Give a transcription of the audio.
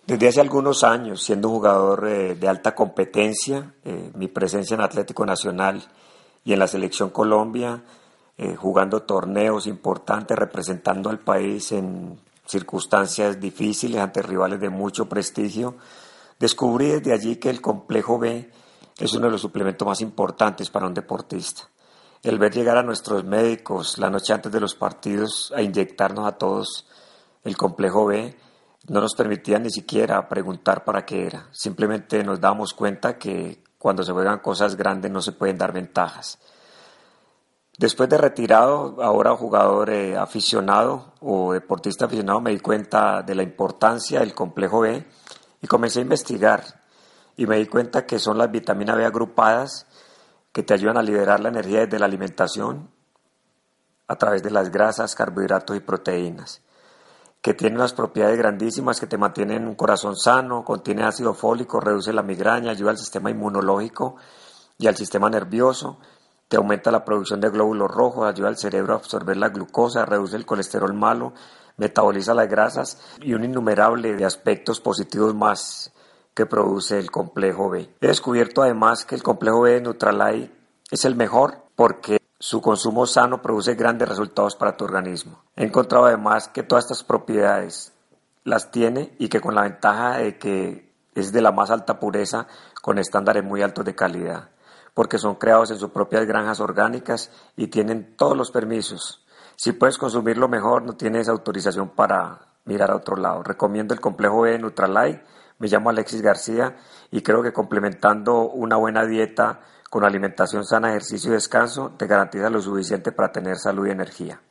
Desde hace algunos años, siendo un jugador de alta competencia, mi presencia en Atlético Nacional y en la Selección Colombia, jugando torneos importantes, representando al país en circunstancias difíciles ante rivales de mucho prestigio, descubrí desde allí que el complejo B es uno de los suplementos más importantes para un deportista. El ver llegar a nuestros médicos la noche antes de los partidos a inyectarnos a todos el complejo B no nos permitía ni siquiera preguntar para qué era. Simplemente nos damos cuenta que cuando se juegan cosas grandes no se pueden dar ventajas. Después de retirado, ahora jugador aficionado o deportista aficionado, me di cuenta de la importancia del complejo B y comencé a investigar. Y me di cuenta que son las vitaminas B agrupadas que te ayudan a liberar la energía desde la alimentación a través de las grasas, carbohidratos y proteínas, que tiene unas propiedades grandísimas que te mantienen un corazón sano, contiene ácido fólico, reduce la migraña, ayuda al sistema inmunológico y al sistema nervioso, te aumenta la producción de glóbulos rojos, ayuda al cerebro a absorber la glucosa, reduce el colesterol malo, metaboliza las grasas y un innumerable de aspectos positivos más que produce el complejo B. He descubierto además que el complejo B de Nutralite es el mejor porque su consumo sano produce grandes resultados para tu organismo. He encontrado además que todas estas propiedades las tiene y que con la ventaja de que es de la más alta pureza con estándares muy altos de calidad, porque son creados en sus propias granjas orgánicas y tienen todos los permisos. Si puedes consumirlo mejor, no tienes autorización para mirar a otro lado. Recomiendo el complejo B de Nutralite. Me llamo Alexis García y creo que complementando una buena dieta con alimentación sana, ejercicio y descanso te garantiza lo suficiente para tener salud y energía.